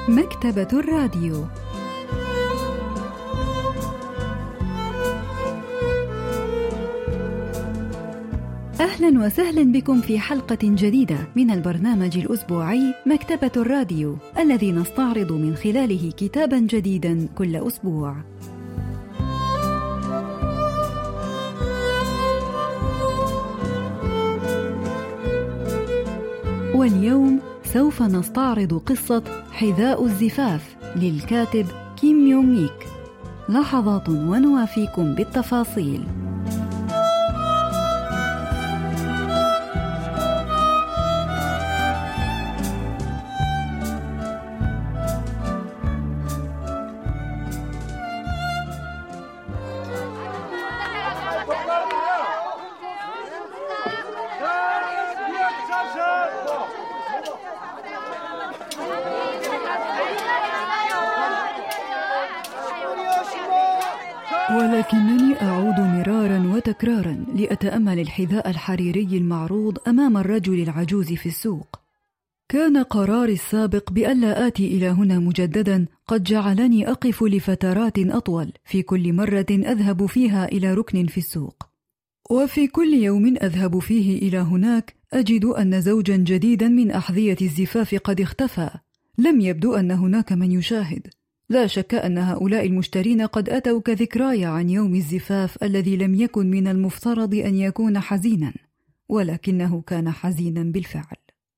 مكتبة الراديو. أهلا وسهلا بكم في حلقة جديدة من البرنامج الأسبوعي مكتبة الراديو، الذي نستعرض من خلاله كتابا جديدا كل أسبوع. واليوم سوف نستعرض قصة حذاء الزفاف للكاتب كيم يونغ إيك. لحظات ونوافيكم بالتفاصيل. ولكنني أعود مرارا وتكرارا لأتأمل الحذاء الحريري المعروض أمام الرجل العجوز في السوق. كان قراري السابق بألا آتي إلى هنا مجددا قد جعلني أقف لفترات أطول في كل مرة أذهب فيها إلى ركن في السوق، وفي كل يوم أذهب فيه إلى هناك أجد أن زوجا جديدا من أحذية الزفاف قد اختفى. لم يبدو أن هناك من يشاهد. لا شك أن هؤلاء المشترين قد أتوا كذكراي عن يوم الزفاف الذي لم يكن من المفترض أن يكون حزينا، ولكنه كان حزينا بالفعل.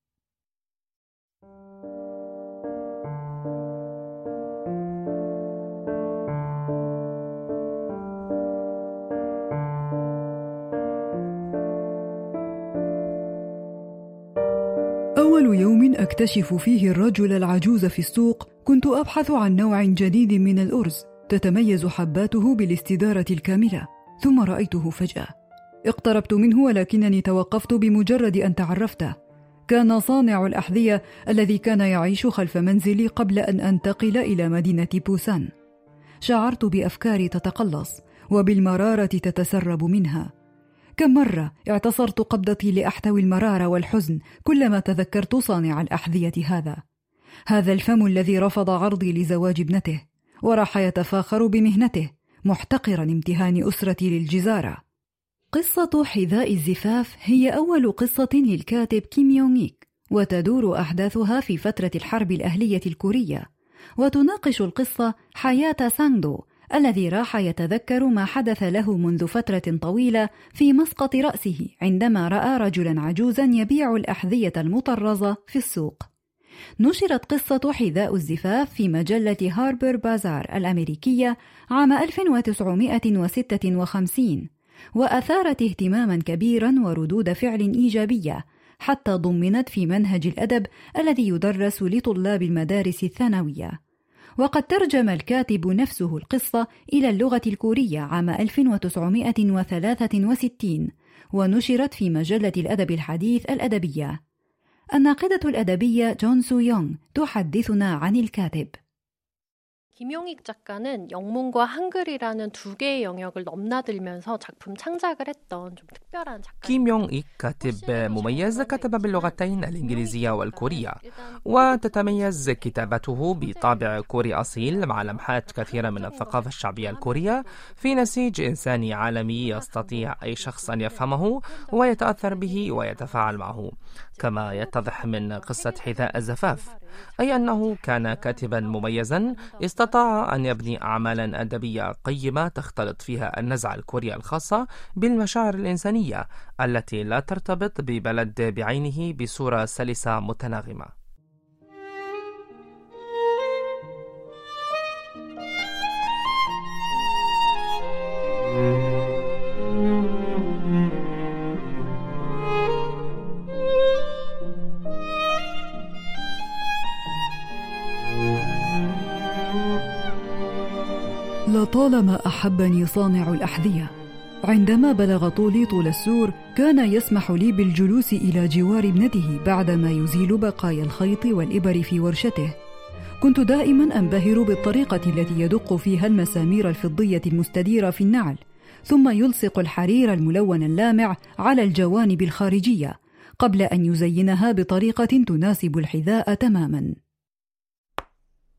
أول يوم أكتشف فيه الرجل العجوز في السوق كنت أبحث عن نوع جديد من الأرز تتميز حباته بالاستدارة الكاملة، ثم رأيته فجأة. اقتربت منه ولكنني توقفت بمجرد أن تعرفته. كان صانع الأحذية الذي كان يعيش خلف منزلي قبل أن أنتقل إلى مدينة بوسان. شعرت بأفكاري تتقلص وبالمرارة تتسرب منها. كم مرة اعتصرت قبضتي لأحتوي المرارة والحزن كلما تذكرت صانع الأحذية هذا الفم الذي رفض عرضي لزواج ابنته وراح يتفاخر بمهنته محتقرا امتهان أسرتي للجزارة. قصة حذاء الزفاف هي أول قصة للكاتب كيم يونغ إيك، وتدور أحداثها في فترة الحرب الأهلية الكورية، وتناقش القصة حياة سانغدو الذي راح يتذكر ما حدث له منذ فترة طويلة في مسقط رأسه عندما رأى رجلا عجوزا يبيع الأحذية المطرزة في السوق. نشرت قصة حذاء الزفاف في مجلة هاربر بازار الأمريكية عام 1956، وأثارت اهتماما كبيرا وردود فعل إيجابية، حتى ضمنت في منهج الأدب الذي يدرس لطلاب المدارس الثانوية. وقد ترجم الكاتب نفسه القصة إلى اللغة الكورية عام 1963، ونشرت في مجلة الأدب الحديث الأدبية. الناقدة الأدبية جون سو يونغ تحدثنا عن الكاتب. 김용익 작가는 영문과 한글이라는 두 개의 영역을 넘나들면서 작품 창작을 했던 좀 특별한 작가. كيم يونغ إيك كاتب مميز، كتب باللغتين الإنجليزية والكورية، وتتميز كتابته بطابع كوري أصيل مع لمحات كثيرة من الثقافة الشعبية الكورية في نسيج إنساني عالمي يستطيع أي شخص أن يفهمه ويتأثر به ويتفاعل معه، كما يتضح من قصة حذاء الزفاف، أي أنه كان كاتبا مميزا استطاع أن يبني أعمالا أدبية قيمة تختلط فيها النزعة الكورية الخاصة بالمشاعر الإنسانية التي لا ترتبط ببلد بعينه بصورة سلسة متناغمة. لطالما أحبني صانع الأحذية. عندما بلغ طولي طول السور كان يسمح لي بالجلوس إلى جوار ابنته بعدما يزيل بقايا الخيط والإبر في ورشته. كنت دائما أنبهر بالطريقة التي يدق فيها المسامير الفضية المستديرة في النعل، ثم يلصق الحرير الملون اللامع على الجوانب الخارجية قبل أن يزينها بطريقة تناسب الحذاء تماما.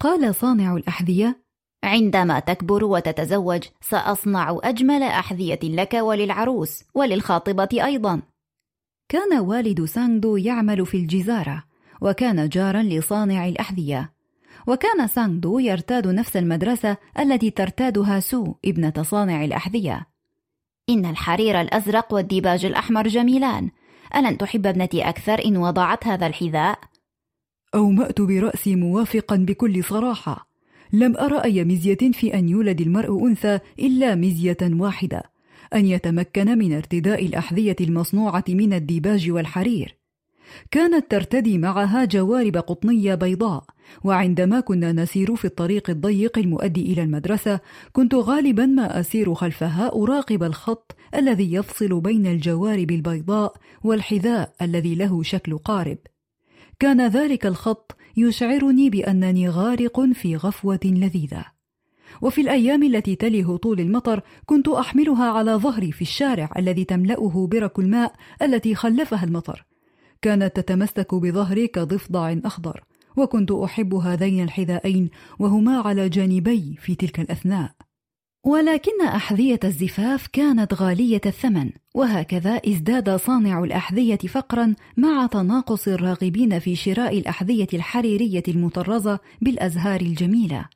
قال صانع الأحذية: عندما تكبر وتتزوج سأصنع أجمل أحذية لك وللعروس وللخاطبة أيضا. كان والد سانغدو يعمل في الجزارة، وكان جارا لصانع الأحذية، وكان سانغدو يرتاد نفس المدرسة التي ترتادها سو ابنة صانع الأحذية. إن الحرير الأزرق والديباج الأحمر جميلان، ألن تحب ابنتي أكثر إن وضعت هذا الحذاء؟ أومأت برأسي موافقا بكل صراحة. لم أرى أي مزية في أن يولد المرء أنثى إلا مزية واحدة، أن يتمكن من ارتداء الأحذية المصنوعة من الديباج والحرير. كانت ترتدي معها جوارب قطنية بيضاء، وعندما كنا نسير في الطريق الضيق المؤدي إلى المدرسة كنت غالبا ما أسير خلفها أراقب الخط الذي يفصل بين الجوارب البيضاء والحذاء الذي له شكل قارب. كان ذلك الخط يشعرني بأنني غارق في غفوة لذيذة. وفي الأيام التي تلي هطول المطر كنت أحملها على ظهري في الشارع الذي تملأه برك الماء التي خلفها المطر. كانت تتمسك بظهري كضفدع أخضر، وكنت أحب هذين الحذاءين وهما على جانبي في تلك الأثناء. ولكن أحذية الزفاف كانت غالية الثمن، وهكذا ازداد صانع الأحذية فقرا مع تناقص الراغبين في شراء الأحذية الحريرية المطرزة بالأزهار الجميلة.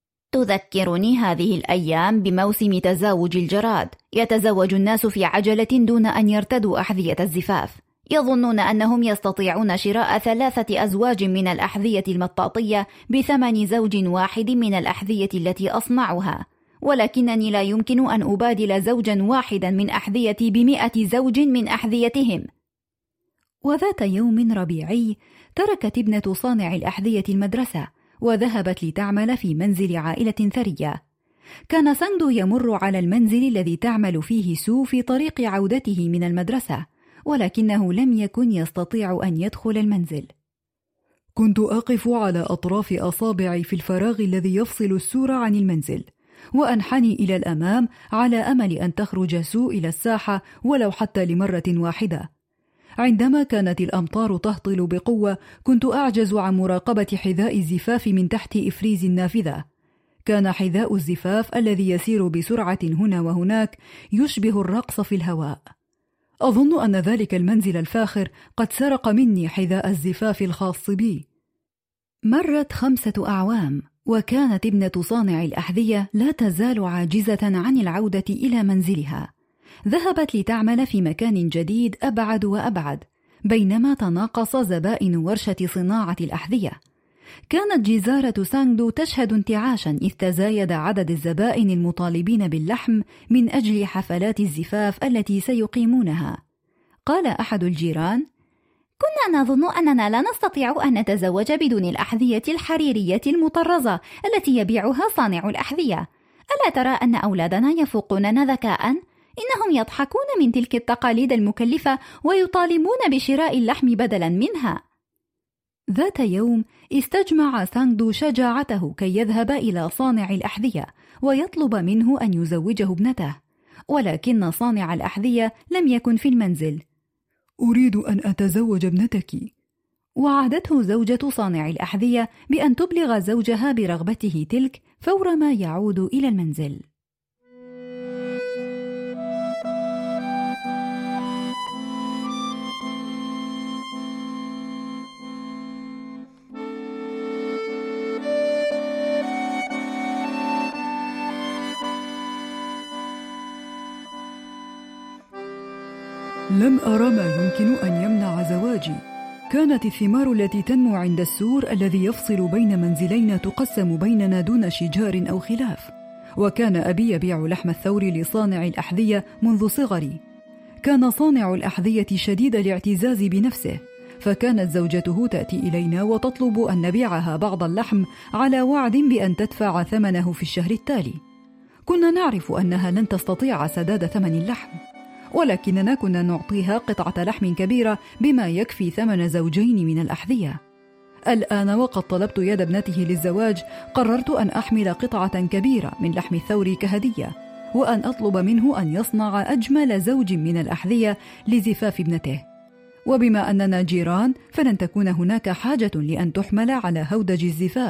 تذكرني هذه الأيام بموسم تزاوج الجراد، يتزوج الناس في عجلة دون أن يرتدوا أحذية الزفاف، يظنون أنهم يستطيعون شراء 3 أزواج من الأحذية المطاطية بثمن زوج واحد من الأحذية التي أصنعها، ولكنني لا يمكن أن أبادل زوجا واحدا من أحذيتي ب100 زوج من أحذيتهم. وذات يوم ربيعي تركت ابنة صانع الأحذية المدرسة وذهبت لتعمل في منزل عائلة ثرية. كان سانغدو يمر على المنزل الذي تعمل فيه سو في طريق عودته من المدرسة، ولكنه لم يكن يستطيع أن يدخل المنزل. كنت أقف على أطراف أصابعي في الفراغ الذي يفصل السور عن المنزل، وأنحني إلى الأمام على أمل أن تخرج سو إلى الساحة ولو حتى لمرة واحدة. عندما كانت الأمطار تهطل بقوة كنت أعجز عن مراقبة حذاء الزفاف من تحت إفريز النافذة. كان حذاء الزفاف الذي يسير بسرعة هنا وهناك يشبه الرقص في الهواء. أظن أن ذلك المنزل الفاخر قد سرق مني حذاء الزفاف الخاص بي. مرت 5 أعوام، وكانت ابنة صانع الأحذية لا تزال عاجزة عن العودة إلى منزلها. ذهبت لتعمل في مكان جديد أبعد وأبعد، بينما تناقص زبائن ورشة صناعة الأحذية. كانت جزارة سانغدو تشهد انتعاشا إذ تزايد عدد الزبائن المطالبين باللحم من أجل حفلات الزفاف التي سيقيمونها. قال أحد الجيران: كنا نظن أننا لا نستطيع أن نتزوج بدون الأحذية الحريرية المطرزة التي يبيعها صانع الأحذية. ألا ترى أن أولادنا يفوقوننا ذكاء؟ إنهم يضحكون من تلك التقاليد المكلفة ويطالبون بشراء اللحم بدلا منها. ذات يوم استجمع سانغدو شجاعته كي يذهب إلى صانع الأحذية ويطلب منه أن يزوجه ابنته، ولكن صانع الأحذية لم يكن في المنزل. أريد أن أتزوج ابنتك. وعدته زوجة صانع الأحذية بأن تبلغ زوجها برغبته تلك فورما يعود إلى المنزل. لم أرى ما يمكن أن يمنع زواجي. كانت الثمار التي تنمو عند السور الذي يفصل بين منزلين تقسم بيننا دون شجار أو خلاف. وكان أبي يبيع لحم الثور لصانع الأحذية منذ صغري. كان صانع الأحذية شديد الاعتزاز بنفسه، فكانت زوجته تأتي إلينا وتطلب أن نبيعها بعض اللحم على وعد بأن تدفع ثمنه في الشهر التالي. كنا نعرف أنها لن تستطيع سداد ثمن اللحم، ولكننا كنا نعطيها قطعة لحم كبيرة بما يكفي ثمن زوجين من الأحذية. الآن وقد طلبت يد ابنته للزواج قررت أن أحمل قطعة كبيرة من لحم الثور كهدية، وأن أطلب منه أن يصنع أجمل زوج من الأحذية لزفاف ابنته. وبما أننا جيران فلن تكون هناك حاجة لأن تحمل على هودج الزفاف،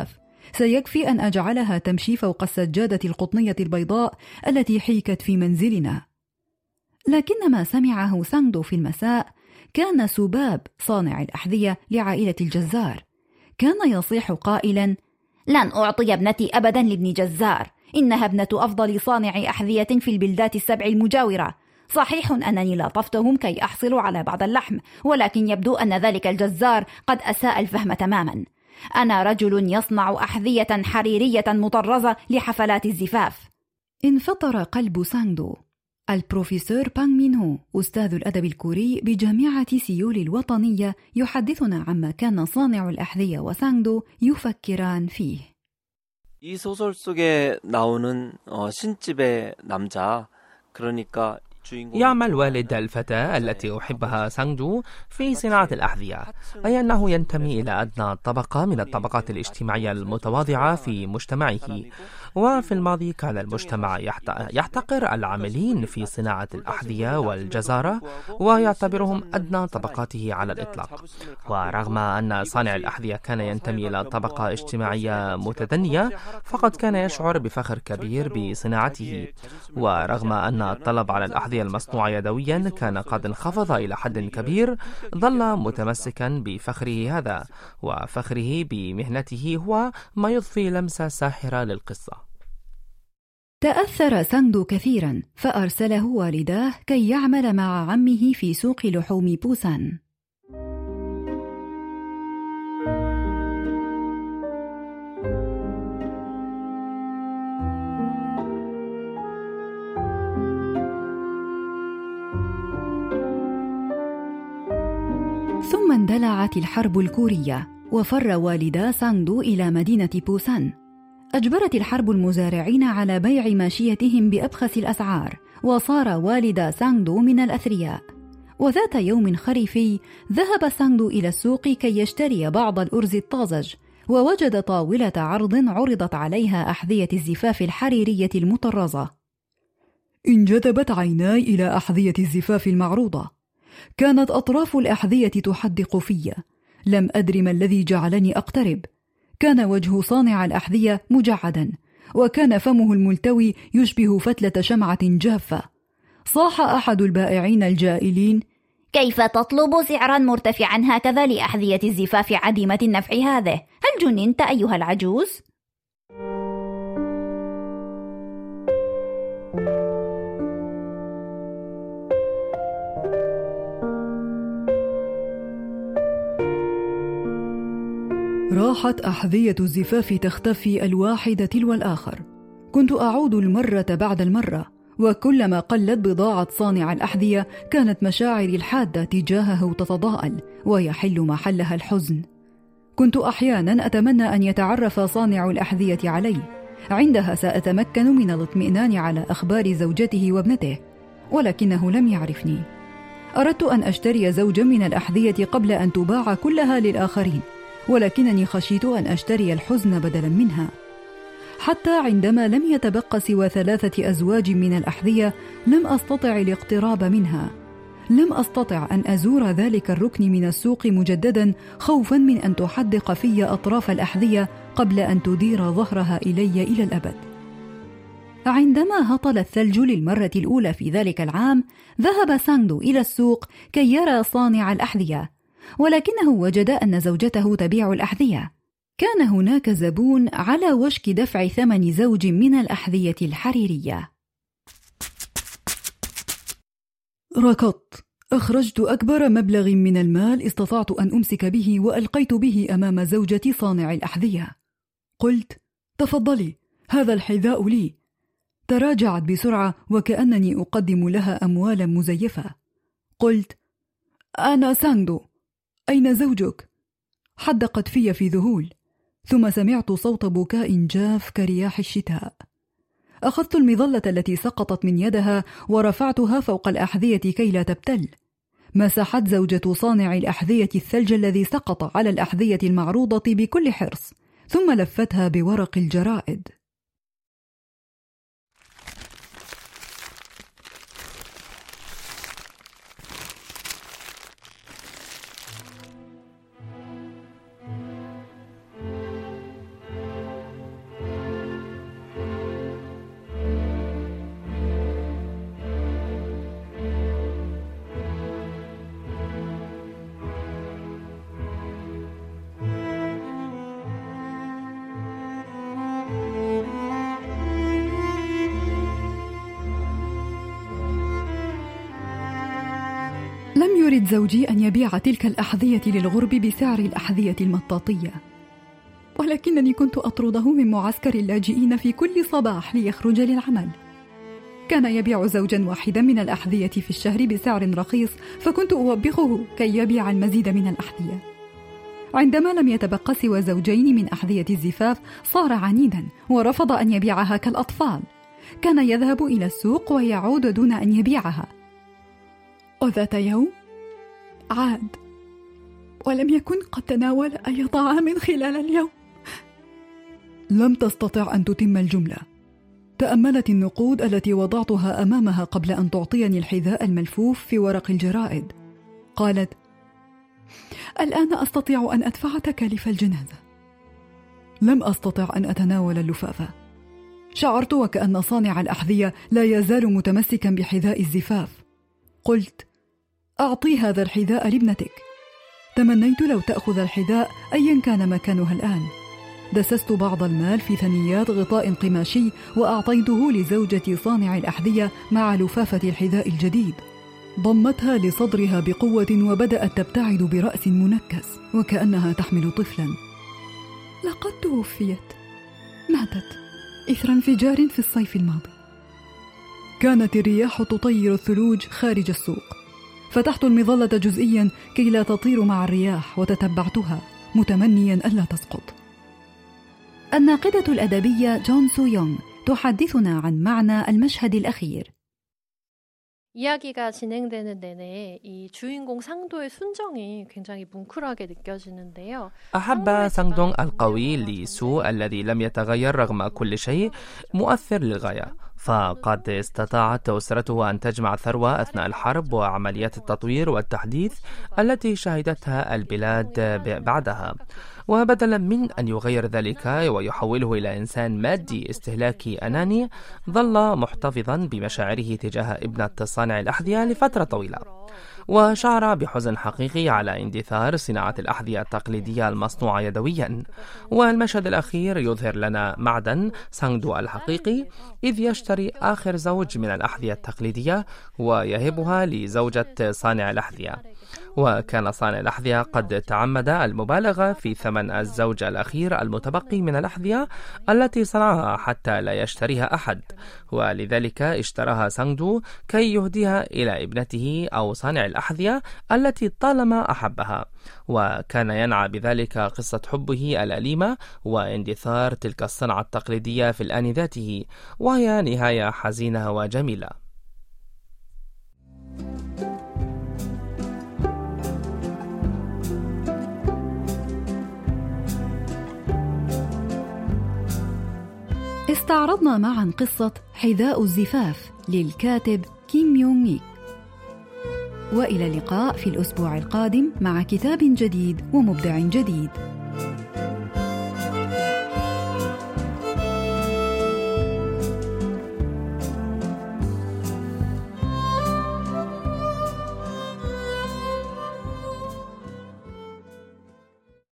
سيكفي أن أجعلها تمشي فوق السجادة القطنية البيضاء التي حيكت في منزلنا. لكن ما سمعه ساندو في المساء كان سباب صانع الأحذية لعائلة الجزار. كان يصيح قائلا: لن أعطي ابنتي أبدا لابن جزار، إنها ابنة أفضل صانع أحذية في البلدات السبع المجاورة. صحيح أنني لاطفتهم كي أحصلوا على بعض اللحم، ولكن يبدو أن ذلك الجزار قد أساء الفهم تماما. أنا رجل يصنع أحذية حريرية مطرزة لحفلات الزفاف. انفطر قلب ساندو. البروفيسور بانغ مين هو أستاذ الأدب الكوري بجامعة سيول الوطنية يحدثنا عما كان صانع الأحذية وساندو يفكران فيه. 이 소설 속에 나오는 신집의 남자, 그러니까 يعمل والد الفتاة التي أحبها ساندو في صناعة الأحذية، أي أنه ينتمي إلى أدنى طبقة من الطبقات الاجتماعية المتواضعة في مجتمعه. وفي الماضي كان المجتمع يحتقر العاملين في صناعة الأحذية والجزارة ويعتبرهم أدنى طبقاته على الإطلاق. ورغم أن صانع الأحذية كان ينتمي إلى طبقة اجتماعية متدنية، فقد كان يشعر بفخر كبير بصناعته. ورغم أن الطلب على الأحذية المصنوعة يدويا كان قد انخفض إلى حد كبير، ظل متمسكا بفخره هذا، وفخره بمهنته هو ما يضفي لمسة ساحرة للقصة. تأثر ساندو كثيرا، فأرسله والداه كي يعمل مع عمه في سوق لحوم بوسان. ثم اندلعت الحرب الكورية، وفر والدا ساندو إلى مدينة بوسان. أجبرت الحرب المزارعين على بيع ماشيتهم بأبخس الأسعار، وصار والد ساندو من الأثرياء. وذات يوم خريفي ذهب ساندو إلى السوق كي يشتري بعض الأرز الطازج، ووجد طاولة عرض عرضت عليها أحذية الزفاف الحريرية المطرزة. انجذبت عيناي إلى أحذية الزفاف المعروضة. كانت أطراف الأحذية تحدق في. لم أدر ما الذي جعلني أقترب. كان وجه صانع الأحذية مجعدا، وكان فمه الملتوي يشبه فتلة شمعة جافة. صاح أحد البائعين الجائلين: كيف تطلب سعرا مرتفعا هكذا لأحذية الزفاف عديمة النفع هذه؟ هل جننت أيها العجوز؟ راحت أحذية الزفاف تختفي الواحدة تلو الآخر. كنت أعود المرة بعد المرة، وكلما قلت بضاعة صانع الأحذية كانت مشاعري الحادة تجاهه تتضاءل، ويحل محلها الحزن. كنت أحيانا أتمنى أن يتعرف صانع الأحذية علي، عندها سأتمكن من الاطمئنان على أخبار زوجته وابنته، ولكنه لم يعرفني. أردت أن أشتري زوجا من الأحذية قبل أن تباع كلها للآخرين، ولكنني خشيت أن أشتري الحزن بدلا منها. حتى عندما لم يتبقى سوى 3 أزواج من الأحذية لم أستطع الاقتراب منها. لم أستطع أن أزور ذلك الركن من السوق مجددا، خوفا من أن تحدق في أطراف الأحذية قبل أن تدير ظهرها إلي إلى الأبد. عندما هطل الثلج للمرة الأولى في ذلك العام، ذهب ساندو إلى السوق كي يرى صانع الأحذية، ولكنه وجد أن زوجته تبيع الأحذية. كان هناك زبون على وشك دفع ثمن زوج من الأحذية الحريرية. ركضت، أخرجت أكبر مبلغ من المال استطعت أن أمسك به وألقيت به أمام زوجتي صانع الأحذية. قلت: تفضلي، هذا الحذاء لي. تراجعت بسرعة وكأنني أقدم لها أموالا مزيفة. قلت: أنا ساندو، أين زوجك؟ حدقت في ذهول، ثم سمعت صوت بكاء جاف كرياح الشتاء. أخذت المظلة التي سقطت من يدها ورفعتها فوق الأحذية كي لا تبتل. مسحت زوجة صانع الأحذية الثلج الذي سقط على الأحذية المعروضة بكل حرص، ثم لفتها بورق الجرائد. لم يرد زوجي أن يبيع تلك الأحذية للغرب بسعر الأحذية المطاطية، ولكنني كنت أطرده من معسكر اللاجئين في كل صباح ليخرج للعمل. كان يبيع زوجا واحدا من الأحذية في الشهر بسعر رخيص، فكنت أوبخه كي يبيع المزيد من الأحذية. عندما لم يتبقى سوى زوجين من أحذية الزفاف صار عنيدا ورفض أن يبيعها كالأطفال. كان يذهب إلى السوق ويعود دون أن يبيعها. وذات يوم عاد ولم يكن قد تناول أي طعام خلال اليوم. لم تستطع أن تتم الجملة. تأملت النقود التي وضعتها أمامها قبل أن تعطيني الحذاء الملفوف في ورق الجرائد. قالت: الآن أستطيع أن أدفع تكاليف الجنازة. لم أستطع أن أتناول اللفافة. شعرت وكأن صانع الأحذية لا يزال متمسكا بحذاء الزفاف. قلت: أعطي هذا الحذاء لابنتك. تمنيت لو تأخذ الحذاء أيا كان مكانها الآن. دسست بعض المال في ثنيات غطاء قماشي وأعطيته لزوجة صانع الأحذية مع لفافة الحذاء الجديد. ضمتها لصدرها بقوة وبدأت تبتعد برأس منكس وكأنها تحمل طفلا. لقد توفيت. ماتت إثر انفجار في الصيف الماضي. كانت الرياح تطير الثلوج خارج السوق. فتحت المظلة جزئيا كي لا تطير مع الرياح وتتبعتها متمنيا ألا تسقط. الناقدة الأدبية جون سو يونغ تحدثنا عن معنى المشهد الأخير. 이야기가 진행되는 내내 이 주인공 상도의 순정이 굉장히 뭉클하게 느껴지는데요. أحب سانغدونغ القوي لسو الذي لم يتغير رغم كل شيء مؤثر للغاية، فقد استطاعت أسرته أن تجمع ثروة أثناء الحرب وعمليات التطوير والتحديث التي شهدتها البلاد بعدها، وبدلا من أن يغير ذلك ويحوله إلى إنسان مادي استهلاكي أناني، ظل محتفظا بمشاعره تجاه ابنة صانع الأحذية لفترة طويلة، وشعر بحزن حقيقي على اندثار صناعة الأحذية التقليدية المصنوعة يدويا. والمشهد الأخير يظهر لنا معدن سانغدو الحقيقي إذ يشتري آخر زوج من الأحذية التقليدية ويهبها لزوجة صانع الأحذية. وكان صانع الأحذية قد تعمد المبالغة في ثمن الزوج الأخير المتبقي من الأحذية التي صنعها حتى لا يشتريها أحد، ولذلك اشتراها سانغدو كي يهديها إلى ابنته أو صانع الأحذية التي طالما أحبها، وكان ينعى بذلك قصة حبه الأليمة واندثار تلك الصنعة التقليدية في الآن ذاته، وهي نهاية حزينة وجميلة. استعرضنا معا قصة حذاء الزفاف للكاتب كيم يونغ إيك، وإلى اللقاء في الأسبوع القادم مع كتاب جديد ومبدع جديد.